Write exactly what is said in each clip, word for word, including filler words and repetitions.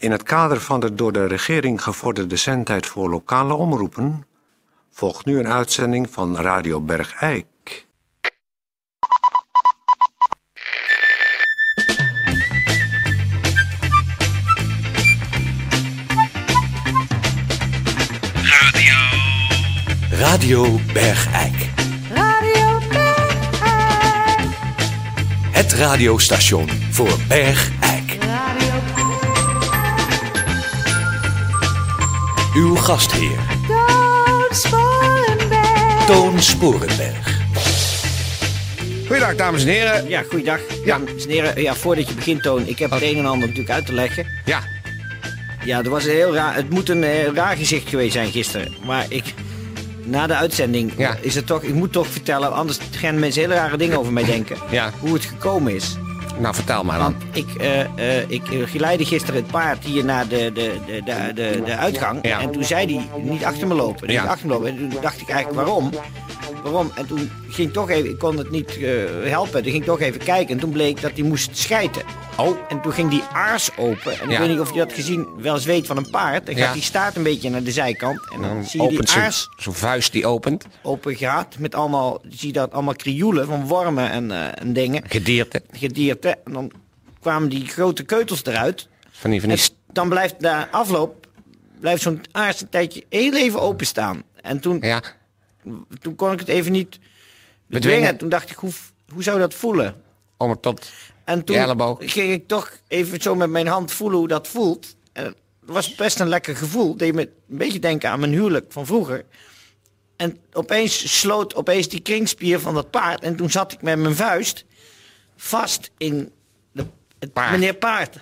In het kader van de door de regering gevorderde zendtijd voor lokale omroepen volgt nu een uitzending van Radio Bergijk. Radio. Radio Bergijk. Radio Bergijk. Het radiostation voor Bergijk. Radio Uw gastheer. Toon Sporenberg. Toon Sporenberg. Goeiedag, dames en heren. Ja, goeiedag. Ja. Dames en heren, ja, voordat je begint, Toon, ik heb het een en ander natuurlijk uit te leggen. Ja, Ja, er was een heel raar, het moet een eh, raar gezicht geweest zijn gisteren. Maar ik, na de uitzending, Ja. is het toch, ik moet toch vertellen, anders gaan mensen hele rare dingen over mij denken. Ja. Hoe het gekomen is. nou vertel maar dan. Want ik, eh, eh, ik eh, geleidde gisteren het paard hier naar de, de, de, de, de, de uitgang. Ja. En toen zei hij niet achter me lopen. Niet Ja. achter me lopen. En toen dacht ik eigenlijk, waarom? Waarom? En toen ging ik toch even, ik kon het niet eh, helpen. Toen ging ik toch even kijken. En toen bleek dat hij moest schijten. Oh, En toen ging die aars open. En ik Ja. weet niet of je dat gezien wel eens weet van een paard. Dan gaat Ja. die staart een beetje naar de zijkant. En dan dan zie je die opent zijn aars zo'n vuist die opent. open gaat. Met allemaal, zie je dat allemaal krioelen van wormen en, eh, en dingen. Gedierte. Gedierte. En dan kwamen die grote keutels eruit. Van die, van die En dan blijft na afloop blijft zo'n aars een tijdje heel even openstaan. En toen, Ja, toen kon ik het even niet Bedwingen. bedwingen. Toen dacht ik, hoe, hoe zou dat voelen? om het tot... En toen Je elleboog. ging ik toch even zo met mijn hand voelen hoe dat voelt. En het was best een lekker gevoel. Deed me een beetje denken aan mijn huwelijk van vroeger. En opeens sloot opeens die kringspier van dat paard. En toen zat ik met mijn vuist vast in de, het Paard. meneer paard.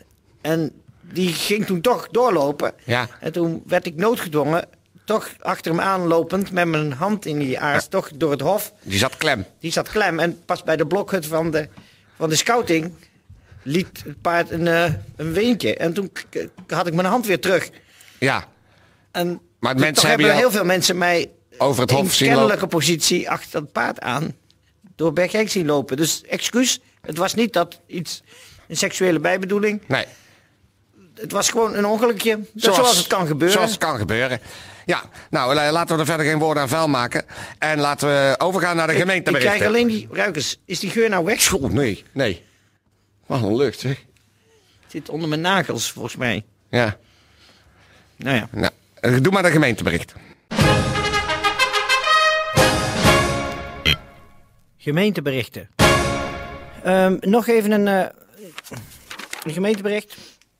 En die ging toen toch doorlopen. Ja. En toen werd ik noodgedwongen, toch achter hem aanlopend, met mijn hand in die aars, toch door het hof. Die zat klem. Die zat klem en pas bij de blokhut van de, van de scouting liet het paard een, eh, een weentje. En toen k- k- had ik mijn hand weer terug. Ja, En Maar toen- mensen toch hebben hebben jou heel veel mensen mij over het in hof zien kennelijke lopen. positie achter het paard aan door Bergijk zien lopen. Dus excuus, het was niet dat iets, een seksuele bijbedoeling. Nee. Het was gewoon een ongelukje, zoals, zoals het kan gebeuren. Zoals het kan gebeuren. Ja, nou la- laten we er verder geen woorden aan vuil maken. En laten we overgaan naar de ik, ik gemeenteberichten. krijg alleen die ruikers. Is die geur nou weg? Oeh, nee, nee. Wat een lucht, zeg. Het zit onder mijn nagels, volgens mij. Ja, Nou ja. nou, eh, doe maar de gemeentebericht. Gemeenteberichten. Ehm, nog even een, eh, een gemeentebericht.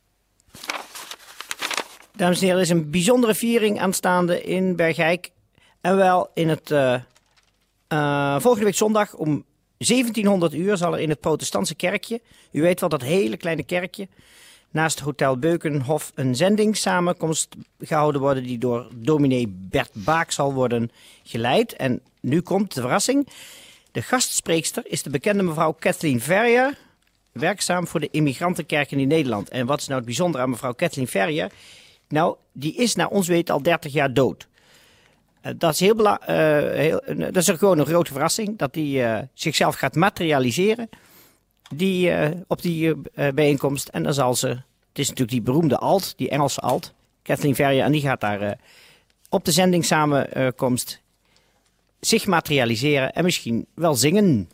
Dames en heren, er is een bijzondere viering aanstaande in Bergijk. En wel in het uh, uh, volgende week zondag om zeventienhonderd uur zal er in het protestantse kerkje, u weet wel, dat hele kleine kerkje, naast Hotel Beukenhof een zendingssamenkomst gehouden worden die door dominee Bert Baak zal worden geleid. En nu komt de verrassing. De gastspreekster is de bekende mevrouw Kathleen Verrier, werkzaam voor de immigrantenkerken in Nederland. En wat is nou het bijzondere aan mevrouw Kathleen Verrier? Nou, die is naar ons weten al dertig jaar dood. Uh, dat, is heel bela- uh, heel, uh, dat is er gewoon een grote verrassing, dat die uh, zichzelf gaat materialiseren die, uh, op die uh, bijeenkomst. En dan zal ze, het is natuurlijk die beroemde alt, die Engelse alt, Kathleen Verrier, en die gaat daar uh, op de zendingssamenkomst zich materialiseren en misschien wel zingen.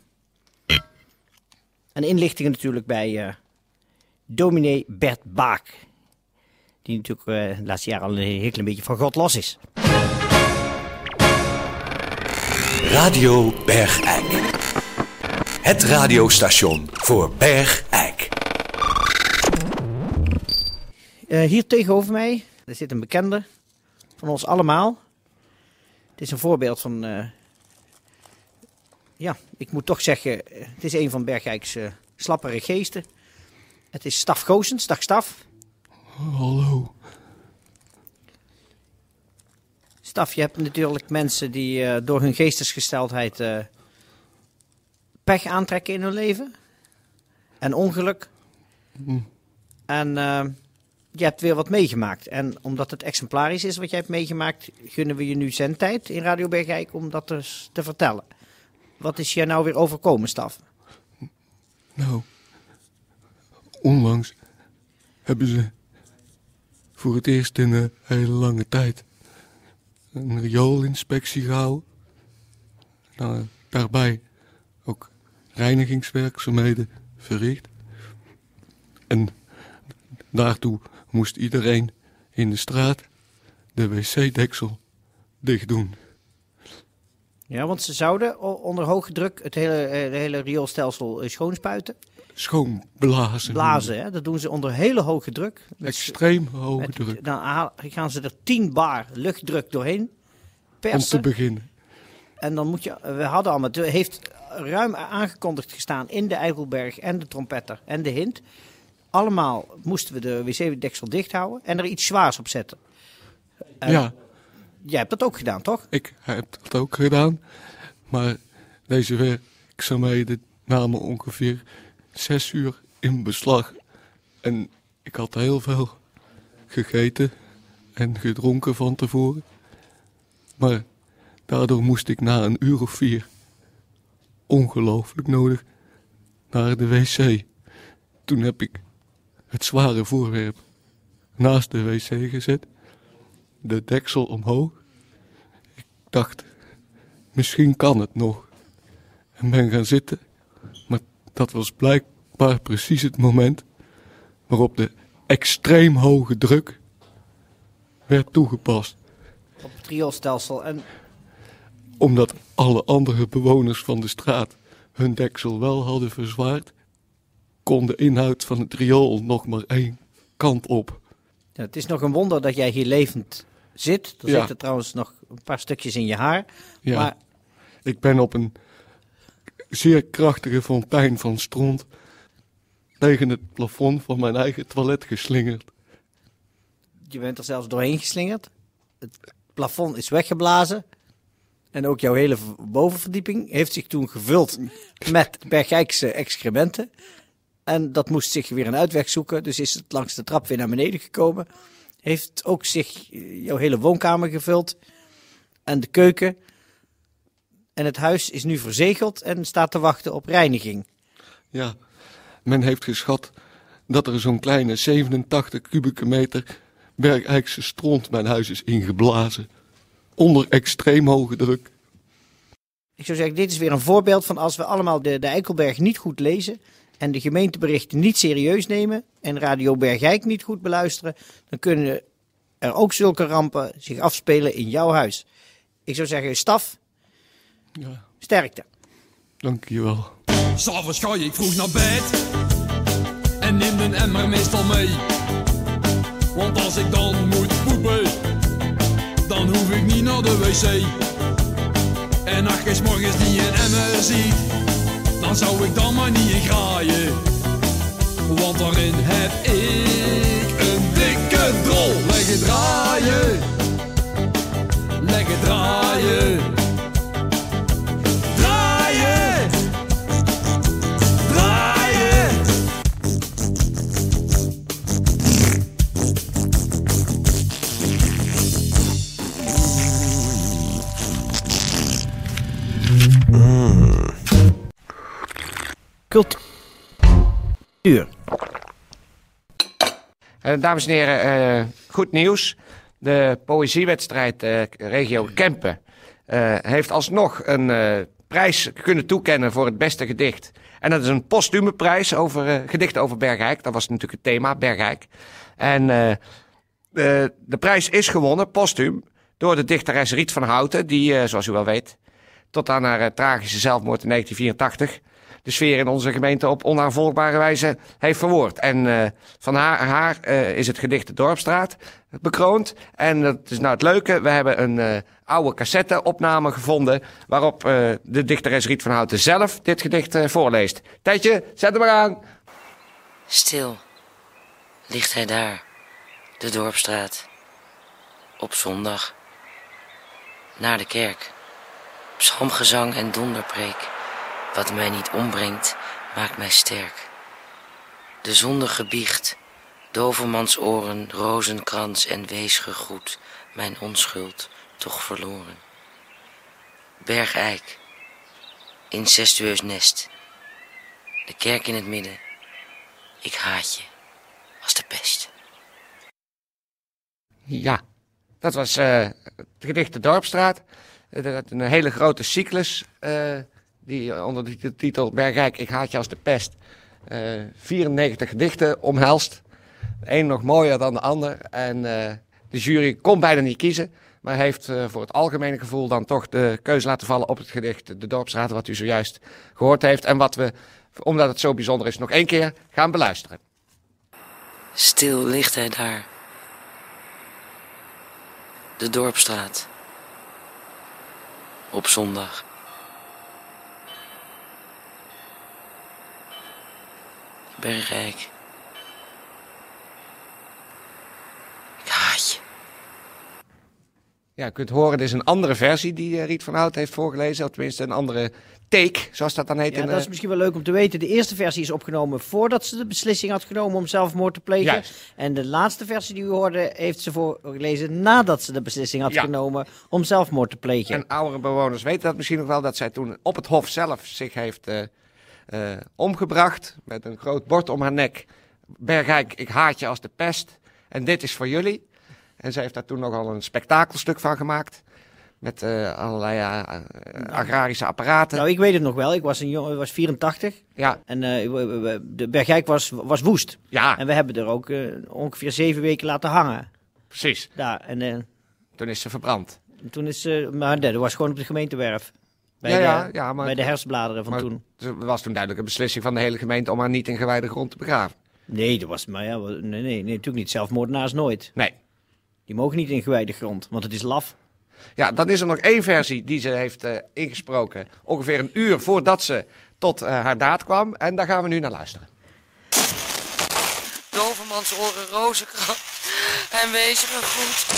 En inlichtingen natuurlijk bij uh, dominee Bert Baak. Die natuurlijk uh, de laatste jaren al een heel klein beetje van God los is. Radio Bergijk. Het radiostation voor Bergijk. Uh, hier tegenover mij, er zit een bekende van ons allemaal. Het is een voorbeeld van, uh, ja, ik moet toch zeggen, het is een van Bergijk's uh, slappere geesten. Het is Staf Goossens. Dag Staf. Hallo. Staf, je hebt natuurlijk mensen die uh, door hun geestesgesteldheid uh, pech aantrekken in hun leven. En ongeluk. Mm. En uh, je hebt weer wat meegemaakt. En omdat het exemplarisch is wat jij hebt meegemaakt, gunnen we je nu zendtijd in Radio Bergijk om dat dus te vertellen. Wat is je nou weer overkomen, Staf? Nou, onlangs hebben ze voor het eerst in een hele lange tijd een rioolinspectie gehouden. Nou, daarbij ook reinigingswerkzaamheden verricht. En daartoe moest iedereen in de straat de wc-deksel dicht doen. Ja, want ze zouden o- onder hoge druk het hele, eh, het hele rioolstelsel eh, schoonspuiten. Schoonblazen. Blazen, hè? Dat doen ze onder hele hoge druk. Met- Extreem hoge met- druk. Dan haal- gaan ze er tien bar luchtdruk doorheen Om persen. te beginnen. En dan moet je, we hadden allemaal, het heeft ruim aangekondigd gestaan in de Eikelberg en de Trompetter en de Hint. Allemaal moesten we de wc-deksel dicht houden en er iets zwaars op zetten. En Ja, Jij hebt dat ook gedaan, toch? ik heb dat ook gedaan. Maar deze werkzaamheden namen ongeveer zes uur in beslag. En ik had heel veel gegeten en gedronken van tevoren. Maar daardoor moest ik na een uur of vier ongelooflijk nodig naar de wc. Toen heb ik het zware voorwerp naast de wc gezet. De deksel omhoog. Ik dacht, misschien kan het nog. En ben gaan zitten. Maar dat was blijkbaar precies het moment waarop de extreem hoge druk werd toegepast. Op het rioolstelsel. En Omdat alle andere bewoners van de straat hun deksel wel hadden verzwaard, kon de inhoud van het riool nog maar één kant op. ja, het is nog een wonder dat jij hier levend zit. Er Ja. zitten trouwens nog een paar stukjes in je haar. Ja, Maar ik ben op een zeer krachtige fontein van stront tegen het plafond van mijn eigen toilet geslingerd. je bent er zelfs doorheen geslingerd. Het plafond is weggeblazen. En ook jouw hele v- bovenverdieping heeft zich toen gevuld met Bergijkse excrementen. En dat moest zich weer een uitweg zoeken. Dus is het langs de trap weer naar beneden gekomen. Heeft ook zich eh, jouw hele woonkamer gevuld. En de keuken. En het huis is nu verzegeld en staat te wachten op reiniging. Ja, men heeft geschat dat er zo'n kleine zevenentachtig kubieke meter Bergijkse stront mijn huis is ingeblazen. Onder extreem hoge druk. Ik zou zeggen, dit is weer een voorbeeld van als we allemaal de, de Eikelberg niet goed lezen en de gemeenteberichten niet serieus nemen en Radio Bergijk niet goed beluisteren, dan kunnen er ook zulke rampen zich afspelen in jouw huis. Ik zou zeggen, staf, Ja, sterkte. dank je wel. S'avonds ga ik vroeg naar bed en neem een emmer meestal mee. Want als ik dan moet poepen, dan hoef ik niet naar de wc. En als je 's morgens die een emmer ziet, dan zou ik dan maar niet in graaien. Want daarin heb ik een dikke drol. Leggen draaien, leggen draaien. Draaien, draaien. Cultuur. Eh, dames en heren, eh, goed nieuws. De poëziewedstrijd eh, regio Kempen eh, heeft alsnog een eh, prijs kunnen toekennen voor het beste gedicht. En dat is een postume prijs over eh, gedichten over Bergijk. Dat was natuurlijk het thema, Bergijk. En eh, de, de prijs is gewonnen, postuum, door de dichteres Riet van Houten, die, eh, zoals u wel weet, tot aan haar eh, tragische zelfmoord in negentien vierentachtig... de sfeer in onze gemeente op onaanvolgbare wijze heeft verwoord. En uh, van haar, haar uh, is het gedicht De Dorpstraat bekroond. En dat is nou het leuke, we hebben een uh, oude cassette-opname gevonden waarop uh, de dichteres Riet van Houten zelf dit gedicht uh, voorleest. Tijdje, zet hem maar aan. Stil ligt hij daar, de Dorpstraat, op zondag, naar de kerk, psalmgezang en donderpreek. Wat mij niet ombrengt, maakt mij sterk. De zondige biecht, dovermans oren, rozenkrans en wees gegroet, mijn onschuld toch verloren. Bergijk, incestueus nest, de kerk in het midden, ik haat je als de pest. Ja, dat was uh, het gedicht De Dorpstraat. Uh, een hele grote cyclus uh, die onder de titel Bergijk, ik haat je als de pest uh, vierennegentig gedichten omhelst. De een nog mooier dan de ander. En uh, de jury kon bijna niet kiezen, maar heeft uh, voor het algemene gevoel dan toch de keuze laten vallen op het gedicht De Dorpstraat, wat u zojuist gehoord heeft. En wat we, omdat het zo bijzonder is, nog één keer gaan beluisteren. Stil ligt hij daar. De Dorpstraat. Op zondag. Bergijk. Ik haat je. Ja, je kunt horen, dit is een andere versie die uh, Riet van Hout heeft voorgelezen. Of tenminste een andere take, zoals dat dan heet. Ja, in, dat is misschien wel leuk om te weten. De eerste versie is opgenomen voordat ze de beslissing had genomen om zelfmoord te plegen. Juist. En de laatste versie die u hoorde, heeft ze voorgelezen nadat ze de beslissing had Ja. genomen om zelfmoord te plegen. En oudere bewoners weten dat misschien nog wel, dat zij toen op het hof zelf zich heeft uh, uh, omgebracht. Met een groot bord om haar nek. Bergijk, ik haat je als de pest. En dit is voor jullie. En zij heeft daar toen nogal een spektakelstuk van gemaakt. Met uh, allerlei uh, uh, agrarische apparaten. Nou, ik weet het nog wel. Ik was een jongen, ik was vierentachtig. Ja, En uh, we- we- we- de Bergijk was, was woest. ja, En we hebben er ook uh, ongeveer zeven weken laten hangen. precies. Daar. En uh, Toen is ze verbrand. toen is ze... Maar nee, dat was gewoon op de gemeentewerf. Bij, Ja, de, ja, ja, maar- bij de herfstbladeren van Maar toen. er was toen duidelijk een beslissing van de hele gemeente om haar niet in gewijde grond te begraven. Nee, dat was... Maar ja, nee, nee, nee, natuurlijk niet. Zelfmoordenaars nooit. Nee. Die mogen niet in gewijde grond, want het is laf. Ja, dan is er nog één versie die ze heeft uh, ingesproken. Ongeveer een uur voordat ze tot uh, haar daad kwam. En daar gaan we nu naar luisteren. Dovermans oren rozenkrans en wees er goed.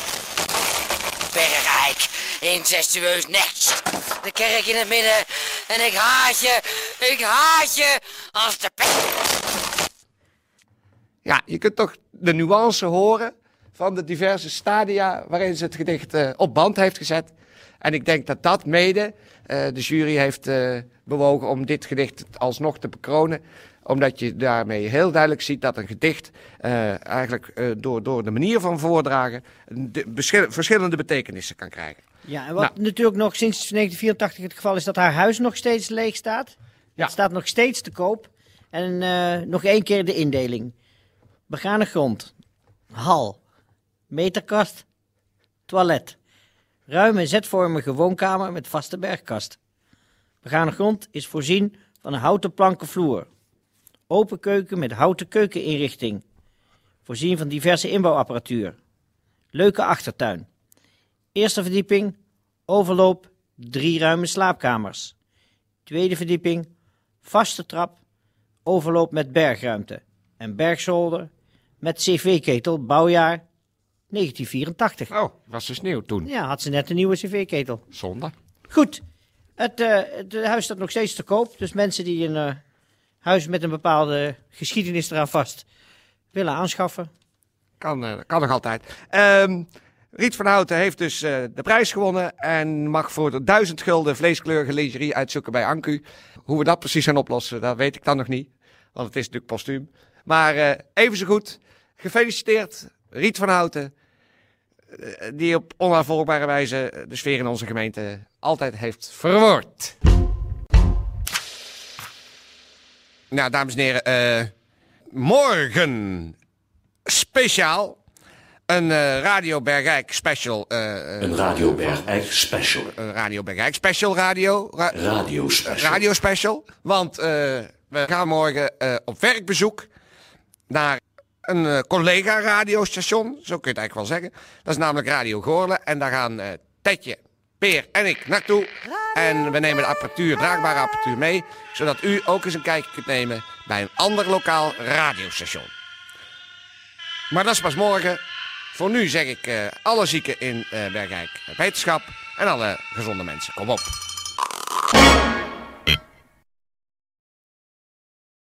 Bergijk, incestueus nest. De kerk in het midden en ik haat je, ik haat je als de pest. Ja, je kunt toch de nuance horen van de diverse stadia waarin ze het gedicht uh, op band heeft gezet. En ik denk dat dat mede uh, de jury heeft uh, bewogen om dit gedicht alsnog te bekronen. Omdat je daarmee heel duidelijk ziet dat een gedicht uh, eigenlijk uh, door, door de manier van voordragen de, beschil- verschillende betekenissen kan krijgen. Ja, en wat Nou. natuurlijk nog sinds negentien vierentachtig het geval is dat haar huis nog steeds leeg staat. Ja. Het staat nog steeds te koop. En uh, nog één keer de indeling. Begane grond. Hal. Meterkast. Toilet. Ruime zetvormige woonkamer met vaste bergkast. Begane grond is voorzien van een houten planken vloer. Open keuken met houten keukeninrichting. Voorzien van diverse inbouwapparatuur. Leuke achtertuin. Eerste verdieping, overloop, drie ruime slaapkamers. Tweede verdieping, vaste trap, overloop met bergruimte. En bergzolder met cv-ketel, bouwjaar negentien vierentachtig. Oh, was dus nieuw toen. Ja, had ze net een nieuwe cv-ketel. Zonde. Goed, het, uh, het huis staat nog steeds te koop. Dus mensen die een uh, huis met een bepaalde geschiedenis eraan vast willen aanschaffen. Kan, uh, kan nog altijd. Um, Riet van Houten heeft dus uh, de prijs gewonnen en mag voor de duizend gulden vleeskleurige lingerie uitzoeken bij Anku. Hoe we dat precies gaan oplossen, dat weet ik dan nog niet. Want het is natuurlijk postuum. Maar uh, even zo goed, gefeliciteerd Riet van Houten. Uh, die op onafvolgbare wijze de sfeer in onze gemeente altijd heeft verwoord. Nou, dames en heren, uh, morgen speciaal een uh, Radio Bergijk special. Uh, Een Radio Bergijk special. Een Radio Bergijk special radio. Ra- Radio special. radio special. Want uh, we gaan morgen uh, op werkbezoek naar een uh, collega radiostation. Zo kun je het eigenlijk wel zeggen. Dat is namelijk Radio Goorlen. En daar gaan uh, Tetje, Peer en ik naartoe. En we nemen de apparatuur, draagbare apparatuur mee. Zodat u ook eens een kijkje kunt nemen bij een ander lokaal radiostation. Maar dat is pas morgen. Voor nu zeg ik uh, alle zieken in uh, Bergijk wetenschap en alle gezonde mensen. Kom op.